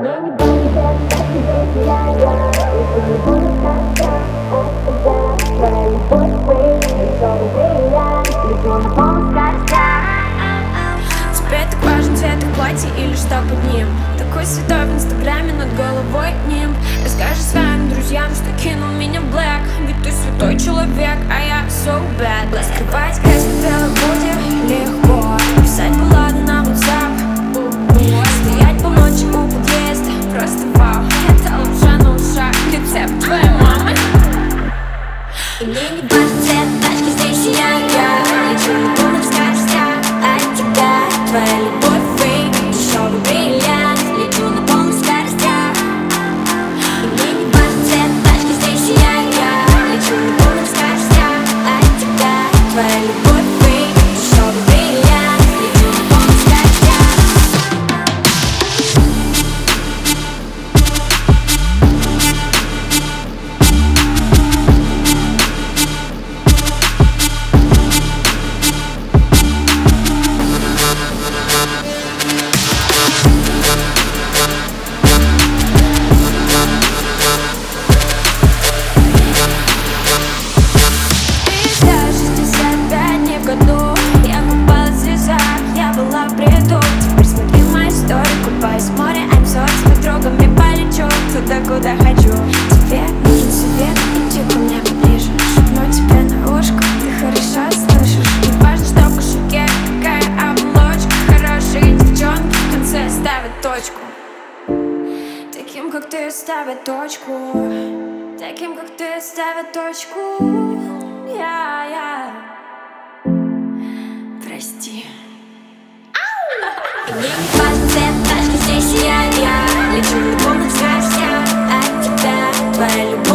Тебе так важен цвет их платья или что под ним? Такой святой в инстаграме, над головой ним. Расскажи своим друзьям, что кинул меня в блэк. Ведь ты святой человек, а я so bad. Скрывать грязь на белой будет легко. Писать баллады на WhatsApp, стоять полночи у подъезда. Просто вау, это лапша на ушах. Рецепт твоей мамы. И мне не важен цвет тачки, здесь я лечу на полных скоростях от тебя. Твоя любовь фейк, дешевый бриллиант. Лечу на полных скоростях. И мне не важен цвет тачки, здесь я лечу на полных скоростях от тебя. Твоя любовь фейк, дешевый бриллиант. Лечу на полных скоростях. Я купалась в слезах, я была в бреду. Теперь смотри мою историю, купаюсь в море. I'm so с подругами полечу туда, куда хочу. Тебе нужен совет, иди ко мне поближе. Шепну тебе на ушко, ты хорошо слышишь. Не важно, что в кошельке, какая оболочка. Хорошие девчонки в конце ставят точку. Таким, как ты, ставят точку. Таким, как ты, ставят точку. Прости. Мне не важен цвет тачки, здесь я лечу на полных скоростях от тебя. Твоя любовь